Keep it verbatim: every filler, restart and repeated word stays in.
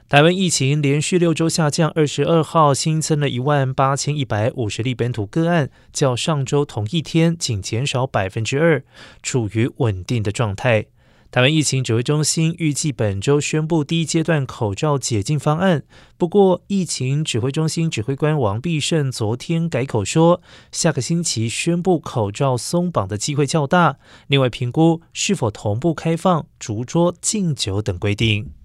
台湾疫情连续六周下降，二十二号新增了一万八千一百五十例本土个案，较上周同一天仅减少百分之二，处于稳定的状态。台湾疫情指挥中心预计本周宣布第一阶段口罩解禁方案，不过疫情指挥中心指挥官王必胜昨天改口说，下个星期宣布口罩松绑的机会较大，另外评估是否同步开放竹桌、敬酒等规定。